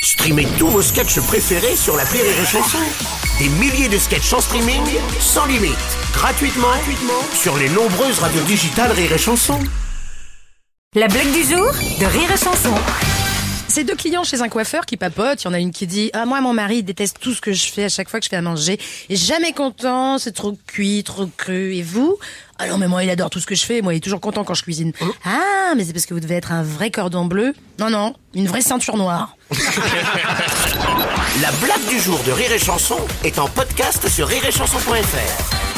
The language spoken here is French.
Streamez tous vos sketchs préférés sur l'appli Rire et Chanson. Des milliers de sketchs en streaming, sans limite, gratuitement sur les nombreuses radios digitales Rire et Chanson. La blague du jour de Rire et Chanson. C'est 2 clients chez un coiffeur qui papotent. Il y en a une qui dit « Ah, moi, mon mari déteste tout ce que je fais à chaque fois que je fais à manger. Il est jamais content, c'est trop cuit, trop cru. Et vous ?»« Ah non, mais moi, il adore tout ce que je fais. Moi, il est toujours content quand je cuisine. Ah, mais c'est parce que vous devez être un vrai cordon bleu. Non, une vraie ceinture noire. » La blague du jour de Rire et Chanson est en podcast sur rireetchanson.fr.